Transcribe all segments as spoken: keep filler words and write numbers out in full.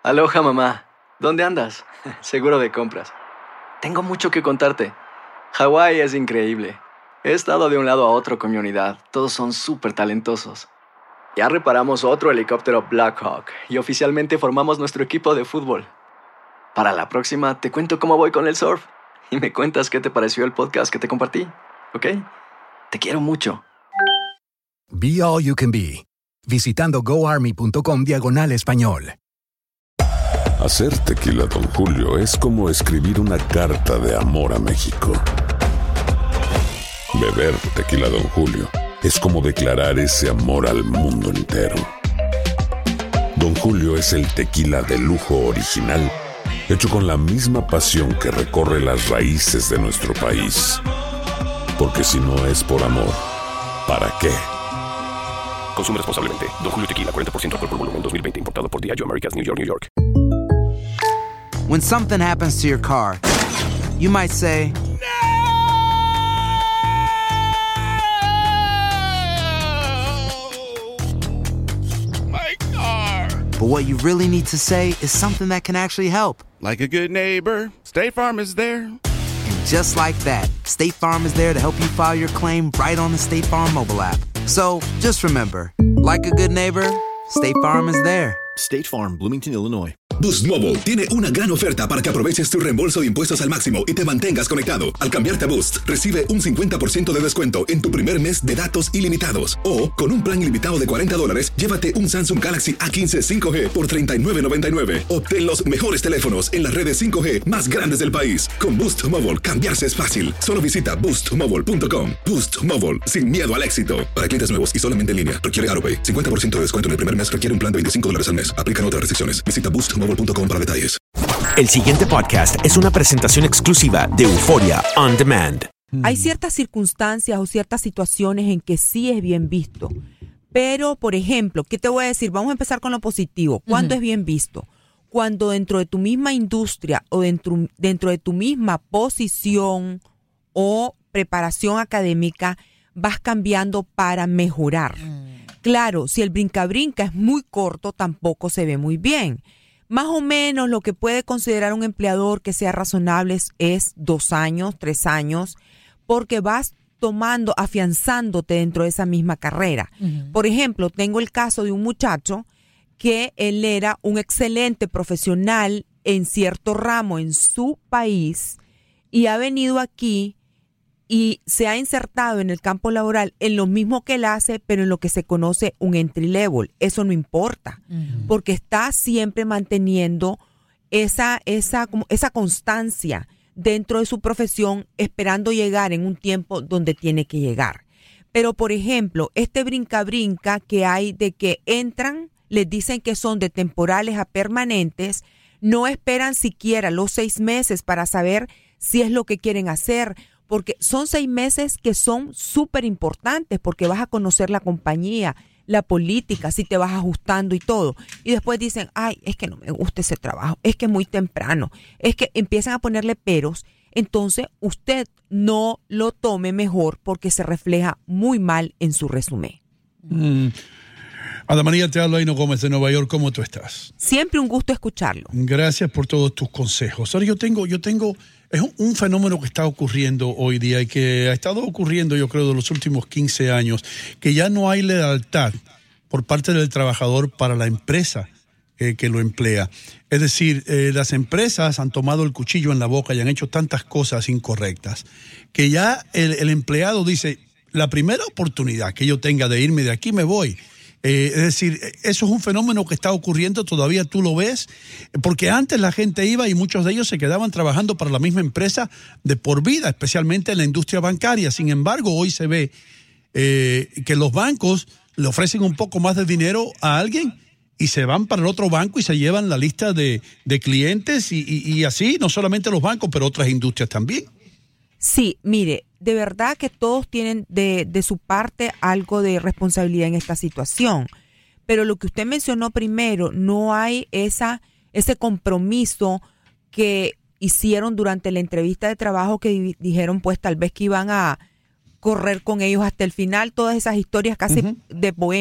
Aloha, mamá. ¿Dónde andas? Seguro de compras. Tengo mucho que contarte. Hawái es increíble. He estado de un lado a otro con mi unidad. Todos son súper talentosos. Ya reparamos otro helicóptero Blackhawk y oficialmente formamos nuestro equipo de fútbol. Para la próxima te cuento cómo voy con el surf y me cuentas qué te pareció el podcast que te compartí, ¿ok? Te quiero mucho. Be All You Can Be, visitando goarmy.com diagonal español. Hacer tequila Don Julio es como escribir una carta de amor a México. Beber tequila Don Julio es como declarar ese amor al mundo entero. Don Julio es el tequila de lujo original, hecho con la misma pasión que recorre las raíces de nuestro país. Porque si no es por amor, ¿para qué? Consume responsablemente. Don Julio Tequila, cuarenta por ciento alcohol por volumen, dos mil veinte. Importado por Diageo Americas, New York, New York. When something happens to your car, you might say, My car! but what you really need to say is something that can actually help. Like a good neighbor, State Farm is there. And just like that, State Farm is there to help you file your claim right on the State Farm mobile app. So just remember, like a good neighbor, State Farm is there. State Farm, Bloomington, Illinois. Boost Mobile tiene una gran oferta para que aproveches tu reembolso de impuestos al máximo y te mantengas conectado. Al cambiarte a Boost, recibe un cincuenta por ciento de descuento en tu primer mes de datos ilimitados. O, con un plan ilimitado de cuarenta dólares, llévate un Samsung Galaxy A quince cinco G por treinta y nueve noventa y nueve. Obtén los mejores teléfonos en las redes cinco G más grandes del país. Con Boost Mobile, cambiarse es fácil. Solo visita boost mobile punto com. Boost Mobile, sin miedo al éxito. Para clientes nuevos y solamente en línea, requiere AutoPay. cincuenta por ciento de descuento en el primer mes, requiere un plan de veinticinco dólares al mes. Aplican otras restricciones. Visita boost mobile punto com para detalles. El siguiente podcast es una presentación exclusiva de Euphoria On Demand. Hay ciertas circunstancias o ciertas situaciones en que sí es bien visto. Pero, por ejemplo, ¿qué te voy a decir? Vamos a empezar con lo positivo. ¿Cuándo uh-huh. es bien visto? Cuando dentro de tu misma industria o dentro, dentro de tu misma posición o preparación académica vas cambiando para mejorar. Uh-huh. Claro, si el brinca-brinca es muy corto, tampoco se ve muy bien. Más o menos lo que puede considerar un empleador que sea razonable es, es dos años, tres años, porque vas tomando, afianzándote dentro de esa misma carrera. Uh-huh. Por ejemplo, tengo el caso de un muchacho que él era un excelente profesional en cierto ramo en su país y ha venido aquí y se ha insertado en el campo laboral en lo mismo que él hace, pero en lo que se conoce un entry level. Eso no importa, uh-huh. porque está siempre manteniendo esa, esa, como esa constancia dentro de su profesión, esperando llegar en un tiempo donde tiene que llegar. Pero, por ejemplo, este brinca-brinca que hay de que entran, les dicen que son de temporales a permanentes, no esperan siquiera los seis meses para saber si es lo que quieren hacer, porque son seis meses que son súper importantes porque vas a conocer la compañía, la política, si te vas ajustando y todo. Y después dicen, ay, es que no me gusta ese trabajo, es que es muy temprano, es que empiezan a ponerle peros. Entonces, usted no lo tome mejor porque se refleja muy mal en su resumen. Mm. Ada María, te habla Hino Gómez de Nueva York. ¿Cómo tú estás? Siempre un gusto escucharlo. Gracias por todos tus consejos. Ahora yo tengo, yo tengo, es un, un fenómeno que está ocurriendo hoy día y que ha estado ocurriendo, yo creo, de los últimos quince años, que ya no hay lealtad por parte del trabajador para la empresa eh, que lo emplea. Es decir, eh, las empresas han tomado el cuchillo en la boca y han hecho tantas cosas incorrectas que ya el, el empleado dice, la primera oportunidad que yo tenga de irme de aquí me voy. Eh, es decir, eso es un fenómeno que está ocurriendo, todavía tú lo ves, porque antes la gente iba y muchos de ellos se quedaban trabajando para la misma empresa de por vida, especialmente en la industria bancaria. Sin embargo, hoy se ve eh, que los bancos le ofrecen un poco más de dinero a alguien y se van para el otro banco y se llevan la lista de, de clientes y, y, y así, no solamente los bancos, pero otras industrias también. Sí, mire, de verdad que todos tienen de, de su parte algo de responsabilidad en esta situación. Pero lo que usted mencionó primero, no hay esa ese compromiso que hicieron durante la entrevista de trabajo que di- dijeron pues tal vez que iban a correr con ellos hasta el final, todas esas historias casi uh-huh. de poema.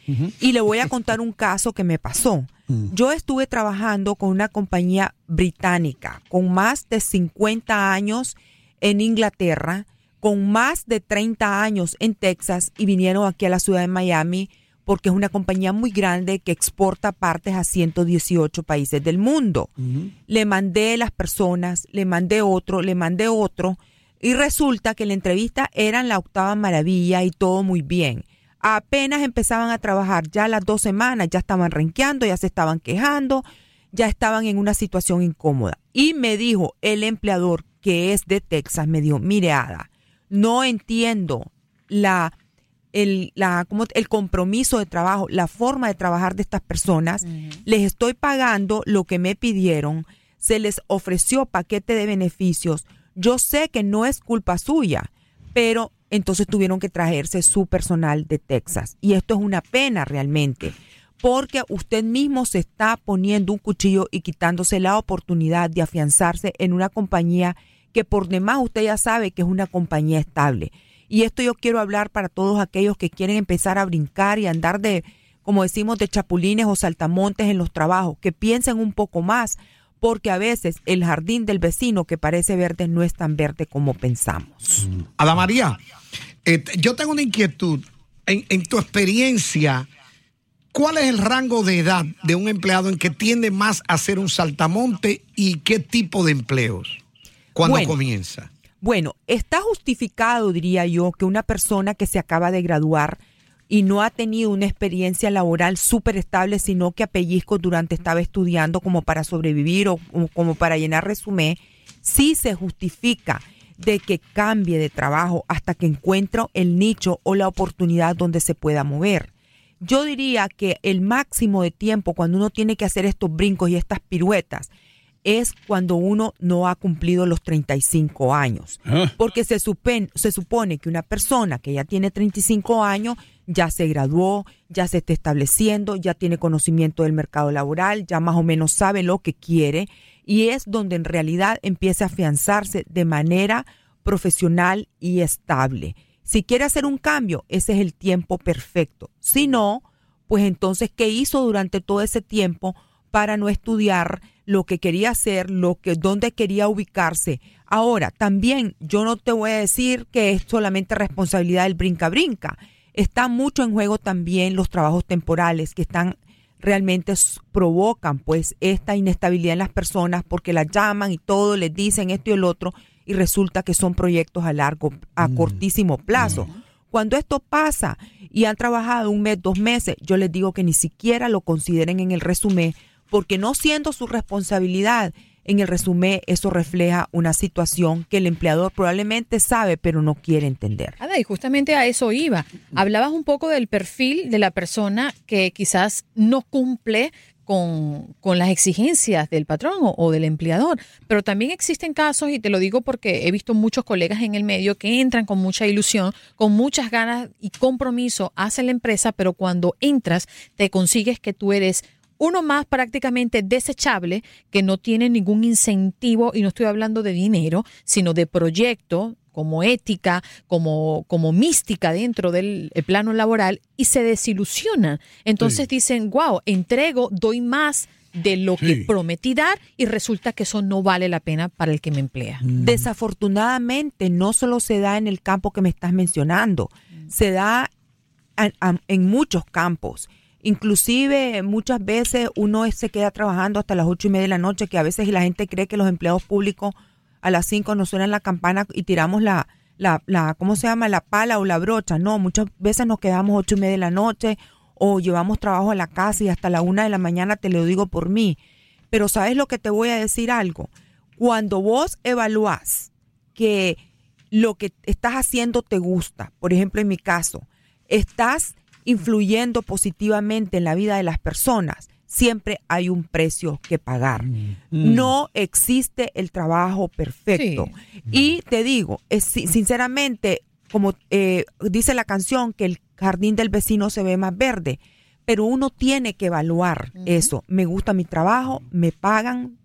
Uh-huh. Y le voy a contar un caso que me pasó. Uh-huh. Yo estuve trabajando con una compañía británica con más de cincuenta años en Inglaterra, con más de treinta años en Texas y vinieron aquí a la ciudad de Miami porque es una compañía muy grande que exporta partes a ciento dieciocho países del mundo. Uh-huh. Le mandé las personas, le mandé otro, le mandé otro y resulta que la entrevista eran la octava maravilla y todo muy bien. Apenas empezaban a trabajar, ya las dos semanas ya estaban renqueando, ya se estaban quejando, ya estaban en una situación incómoda. Y me dijo el empleador, que es de Texas, me dijo, mire Ada, no entiendo la... El, la, como el compromiso de trabajo, la forma de trabajar de estas personas. Uh-huh. Les estoy pagando lo que me pidieron, se les ofreció paquete de beneficios. Yo sé que no es culpa suya, pero entonces tuvieron que traerse su personal de Texas. Y esto es una pena realmente, porque usted mismo se está poniendo un cuchillo y quitándose la oportunidad de afianzarse en una compañía que por demás usted ya sabe que es una compañía estable. Y esto yo quiero hablar para todos aquellos que quieren empezar a brincar y andar de, como decimos, de chapulines o saltamontes en los trabajos, que piensen un poco más, porque a veces el jardín del vecino que parece verde no es tan verde como pensamos. Ada María, eh, yo tengo una inquietud. En, en tu experiencia, ¿cuál es el rango de edad de un empleado en que tiende más a ser un saltamonte y qué tipo de empleos cuando bueno, comienza? Bueno, está justificado, diría yo, que una persona que se acaba de graduar y no ha tenido una experiencia laboral súper estable, sino que a pellizcos durante estaba estudiando como para sobrevivir o como para llenar resumen, sí se justifica de que cambie de trabajo hasta que encuentre el nicho o la oportunidad donde se pueda mover. Yo diría que el máximo de tiempo cuando uno tiene que hacer estos brincos y estas piruetas es cuando uno no ha cumplido los treinta y cinco años. ¿Ah? Porque se, supen, se supone que una persona que ya tiene treinta y cinco años ya se graduó, ya se está estableciendo, ya tiene conocimiento del mercado laboral, ya más o menos sabe lo que quiere y es donde en realidad empieza a afianzarse de manera profesional y estable. Si quiere hacer un cambio, ese es el tiempo perfecto. Si no, pues entonces, ¿qué hizo durante todo ese tiempo para no estudiar lo que quería hacer, lo que, dónde quería ubicarse? Ahora, también yo no te voy a decir que es solamente responsabilidad del brinca-brinca. Está mucho en juego también los trabajos temporales que están realmente provocan pues esta inestabilidad en las personas porque las llaman y todo, les dicen esto y el otro y resulta que son proyectos a largo, a mm. cortísimo plazo. Mm. Cuando esto pasa y han trabajado un mes, dos meses, yo les digo que ni siquiera lo consideren en el resumen porque no siendo su responsabilidad, en el resumen eso refleja una situación que el empleador probablemente sabe, pero no quiere entender. Ada, y justamente a eso iba. Hablabas un poco del perfil de la persona que quizás no cumple con, con las exigencias del patrón o, o del empleador, pero también existen casos, y te lo digo porque he visto muchos colegas en el medio que entran con mucha ilusión, con muchas ganas y compromiso hacia la empresa, pero cuando entras te consigues que tú eres uno más prácticamente desechable, que no tiene ningún incentivo, y no estoy hablando de dinero, sino de proyecto, como ética, como, como mística dentro del plano laboral, y se desilusionan. Entonces sí. dicen, wow, entrego, doy más de lo sí. que prometí dar, y resulta que eso no vale la pena para el que me emplea. Mm. Desafortunadamente, no solo se da en el campo que me estás mencionando, mm. se da en, en muchos campos. Inclusive muchas veces uno se queda trabajando hasta las ocho y media de la noche, que a veces la gente cree que los empleados públicos a las cinco nos suenan la campana y tiramos la, la, la, ¿cómo se llama? La pala o la brocha. No, muchas veces nos quedamos ocho y media de la noche o llevamos trabajo a la casa y hasta la una de la mañana, te lo digo por mí. Pero ¿sabes lo que te voy a decir algo? Cuando vos evaluás que lo que estás haciendo te gusta, por ejemplo en mi caso, estás influyendo positivamente en la vida de las personas, siempre hay un precio que pagar. Mm. No existe el trabajo perfecto. Sí. Y te digo, es, sinceramente, como eh, dice la canción, que el jardín del vecino se ve más verde, pero uno tiene que evaluar uh-huh. eso. Me gusta mi trabajo, me pagan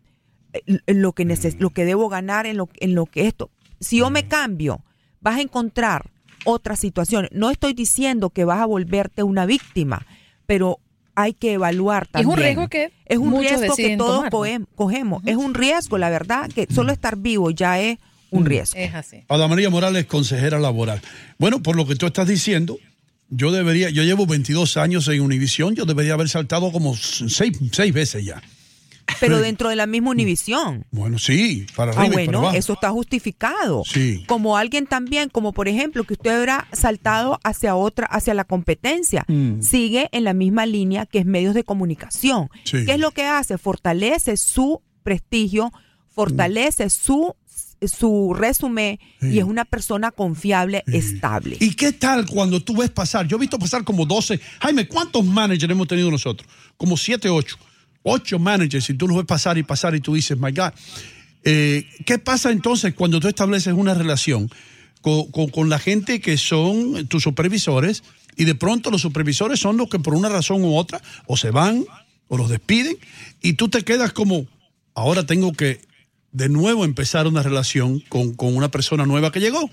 lo que neces- lo que debo ganar en lo, en lo que esto. Si yo me cambio, vas a encontrar otras situaciones. No estoy diciendo que vas a volverte una víctima, pero hay que evaluar también. Es un riesgo que es un muchos riesgo que deciden todos tomar, ¿no? coge- cogemos. Uh-huh. Es un riesgo, la verdad, que solo estar vivo ya es un riesgo. Es así. Ada María Morales, consejera laboral. Bueno, por lo que tú estás diciendo, yo debería, yo llevo veintidós años en Univisión, yo debería haber saltado como seis, seis veces ya. Pero dentro de la misma Univisión. Bueno, sí, para arriba Ah, y para bueno, abajo. eso está justificado. Sí. Como alguien también, como por ejemplo, que usted habrá saltado hacia otra, hacia la competencia. Mm. Sigue en la misma línea que es medios de comunicación. Sí. ¿Qué es lo que hace? Fortalece su prestigio, fortalece mm. su, su resumen Sí. y es una persona confiable, Sí. estable. ¿Y qué tal cuando tú ves pasar? Yo he visto pasar como doce. Jaime, ¿cuántos managers hemos tenido nosotros? Como siete, ocho. Ocho managers y tú los ves pasar y pasar y tú dices, my God. Eh, ¿Qué pasa entonces cuando tú estableces una relación con, con, con la gente que son tus supervisores y de pronto los supervisores son los que por una razón u otra o se van o los despiden y tú te quedas como, ahora tengo que de nuevo empezar una relación con, con una persona nueva que llegó?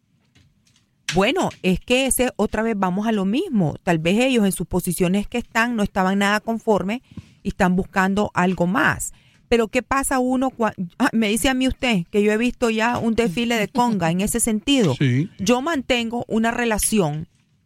Bueno, es que ese otra vez vamos a lo mismo. Tal vez ellos en sus posiciones que están no estaban nada conformes y están buscando algo más. Pero ¿qué pasa uno cuando... Ah, me dice a mí usted que yo he visto ya un desfile de conga en ese sentido. Sí. Yo mantengo una relación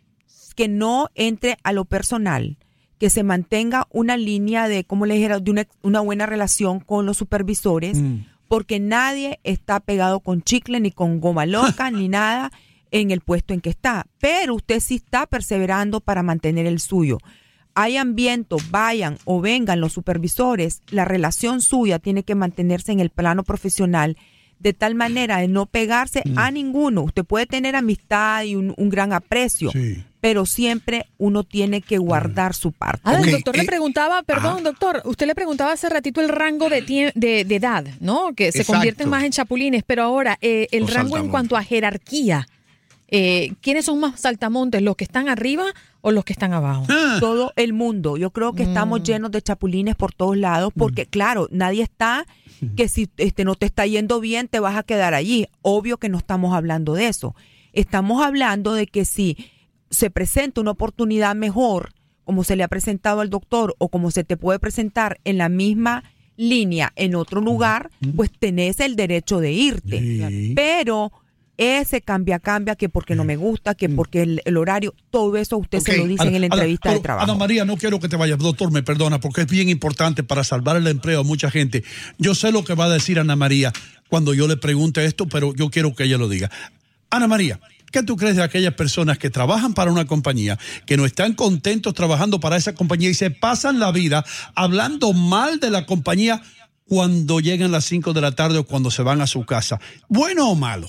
que no entre a lo personal, que se mantenga una línea de, como le dijera, de una, una buena relación con los supervisores, mm. porque nadie está pegado con chicle, ni con goma loca, ni nada en el puesto en que está. Pero usted sí está perseverando para mantener el suyo. Hayan viento, vayan o vengan los supervisores, la relación suya tiene que mantenerse en el plano profesional de tal manera de no pegarse mm. a ninguno. Usted puede tener amistad y un, un gran aprecio, sí. pero siempre uno tiene que guardar mm. su parte. Ah, okay. El doctor eh, le preguntaba, perdón, ah. doctor, usted le preguntaba hace ratito el rango de, tie- de, de edad, ¿no? Que se Exacto. convierten más en chapulines, pero ahora eh, el los rango saltamontes. En cuanto a jerarquía. Eh, ¿Quiénes son más saltamontes? ¿Los que están arriba o los que están abajo? Ah. Todo el mundo. Yo creo que mm. estamos llenos de chapulines por todos lados porque, mm. claro, nadie está que si este no te está yendo bien te vas a quedar allí. Obvio que no estamos hablando de eso. Estamos hablando de que si se presenta una oportunidad mejor, como se le ha presentado al doctor o como se te puede presentar en la misma línea en otro lugar, mm. pues tenés el derecho de irte. Sí. Pero... ese cambia, cambia, que porque no me gusta, que porque el, el horario, todo eso usted okay. se lo dice Ana, en la entrevista Ana, de trabajo. Ana María, no quiero que te vayas, doctor, me perdona, porque es bien importante para salvar el empleo a mucha gente. Yo sé lo que va a decir Ana María cuando yo le pregunte esto, pero yo quiero que ella lo diga. Ana María, ¿qué tú crees de aquellas personas que trabajan para una compañía, que no están contentos trabajando para esa compañía y se pasan la vida hablando mal de la compañía cuando llegan las cinco de la tarde o cuando se van a su casa? ¿Bueno o malo?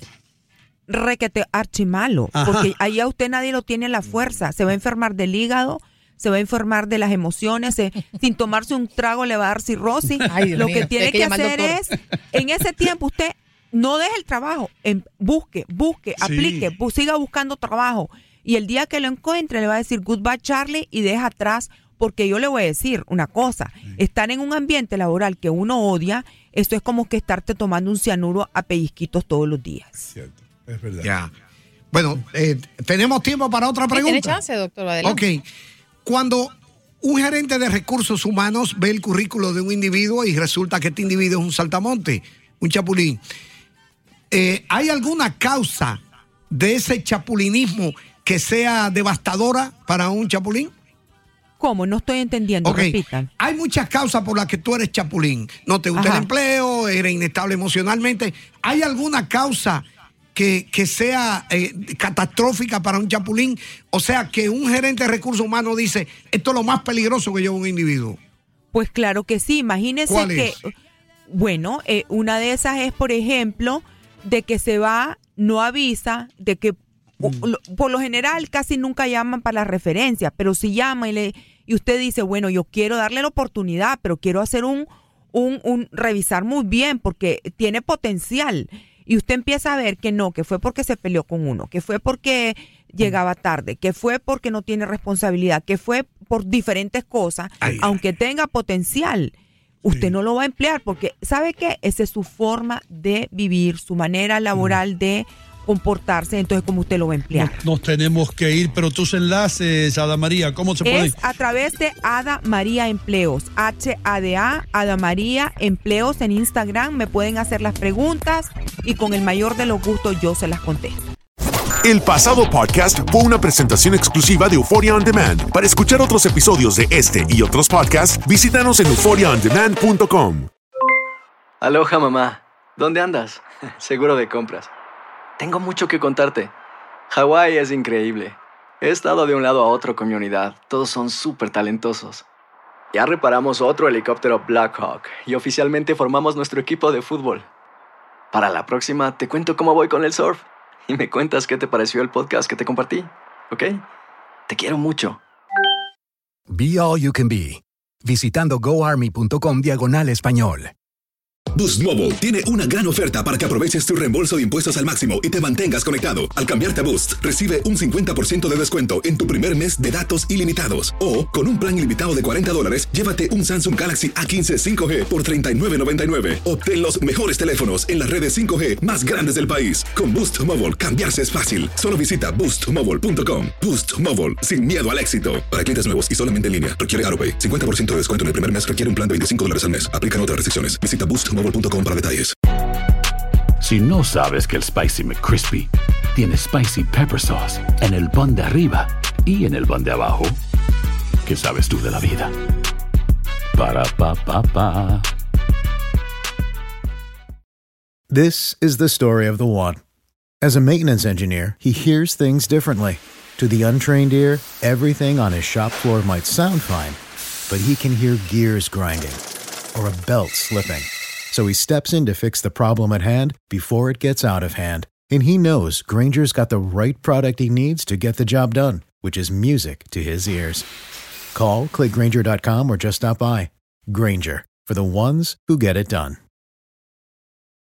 Requete archimalo, Ajá. porque ahí a usted nadie lo tiene a la fuerza, se va a enfermar del hígado, se va a enfermar de las emociones, se, sin tomarse un trago le va a dar cirrosis. Ay, lo mío. que tiene que, que hacer es, en ese tiempo usted no deje el trabajo, en, busque, busque, sí. aplique, bu- siga buscando trabajo y el día que lo encuentre le va a decir goodbye Charlie y deja atrás, porque yo le voy a decir una cosa, sí. estar en un ambiente laboral que uno odia, eso es como que estarte tomando un cianuro a pellizquitos todos los días. Cierto. Es verdad. Ya. Bueno, eh, tenemos tiempo para otra pregunta. Tiene chance, doctor. Adelante. Ok. Cuando un gerente de recursos humanos ve el currículo de un individuo y resulta que este individuo es un saltamonte, un chapulín, eh, ¿hay alguna causa de ese chapulinismo que sea devastadora para un chapulín? ¿Cómo? No estoy entendiendo, okay. repitan. Hay muchas causas por las que tú eres chapulín. No te gusta Ajá. el empleo, eres inestable emocionalmente. ¿Hay alguna causa que, que sea eh, catastrófica para un chapulín? O sea, que un gerente de recursos humanos dice, esto es lo más peligroso que lleva un individuo. Pues claro que sí. Imagínese ¿Cuál que, es? bueno, eh, una de esas es, por ejemplo, de que se va, no avisa, de que mm. por lo general casi nunca llaman para las referencias, pero si llama y, le, y usted dice, bueno, yo quiero darle la oportunidad, pero quiero hacer un, un, un revisar muy bien porque tiene potencial. Y usted empieza a ver que no, que fue porque se peleó con uno, que fue porque llegaba tarde, que fue porque no tiene responsabilidad, que fue por diferentes cosas, Ay. aunque tenga potencial, usted sí. no lo va a emplear porque, ¿sabe qué? Esa es su forma de vivir, su manera laboral de comportarse entonces como usted lo va a emplear. Nos, nos tenemos que ir, pero tus enlaces, Ada María, ¿cómo se pueden? Es a través de Ada María Empleos, H A D A, Ada María Empleos en Instagram. Me pueden hacer las preguntas y con el mayor de los gustos yo se las contesto. El pasado podcast fue una presentación exclusiva de Euphoria On Demand. Para escuchar otros episodios de este y otros podcasts, visítanos en euphoria on demand punto com. Aloha, mamá. ¿Dónde andas? Seguro de compras. Tengo mucho que contarte. Hawái es increíble. He estado de un lado a otro con mi unidad. Todos son súper talentosos. Ya reparamos otro helicóptero Blackhawk y oficialmente formamos nuestro equipo de fútbol. Para la próxima te cuento cómo voy con el surf y me cuentas qué te pareció el podcast que te compartí, ¿ok? Te quiero mucho. Be All You Can Be, visitando goarmy.com diagonal español. Boost Mobile tiene una gran oferta para que aproveches tu reembolso de impuestos al máximo y te mantengas conectado. Al cambiarte a Boost, recibe un cincuenta por ciento de descuento en tu primer mes de datos ilimitados. O, con un plan ilimitado de cuarenta dólares, llévate un Samsung Galaxy A quince cinco G por treinta y nueve noventa y nueve. Obtén los mejores teléfonos en las redes cinco G más grandes del país. Con Boost Mobile, cambiarse es fácil. Solo visita boost mobile punto com. Boost Mobile, sin miedo al éxito. Para clientes nuevos y solamente en línea, requiere AutoPay. cincuenta por ciento de descuento en el primer mes requiere un plan de veinticinco dólares al mes. Aplican otras restricciones. Visita boost mobile punto com para detalles. Si no sabes que el Spicy McCrispy tiene Spicy Pepper Sauce en el pan de arriba y en el pan de abajo, ¿qué sabes tú de la vida? Para, pa, pa, pa. This is the story of the one. As a maintenance engineer, he hears things differently. To the untrained ear, everything on his shop floor might sound fine, but he can hear gears grinding or a belt slipping. So he steps in to fix the problem at hand before it gets out of hand. And he knows Grainger's got the right product he needs to get the job done, which is music to his ears. Call, click Grainger dot com, or just stop by. Grainger, for the ones who get it done.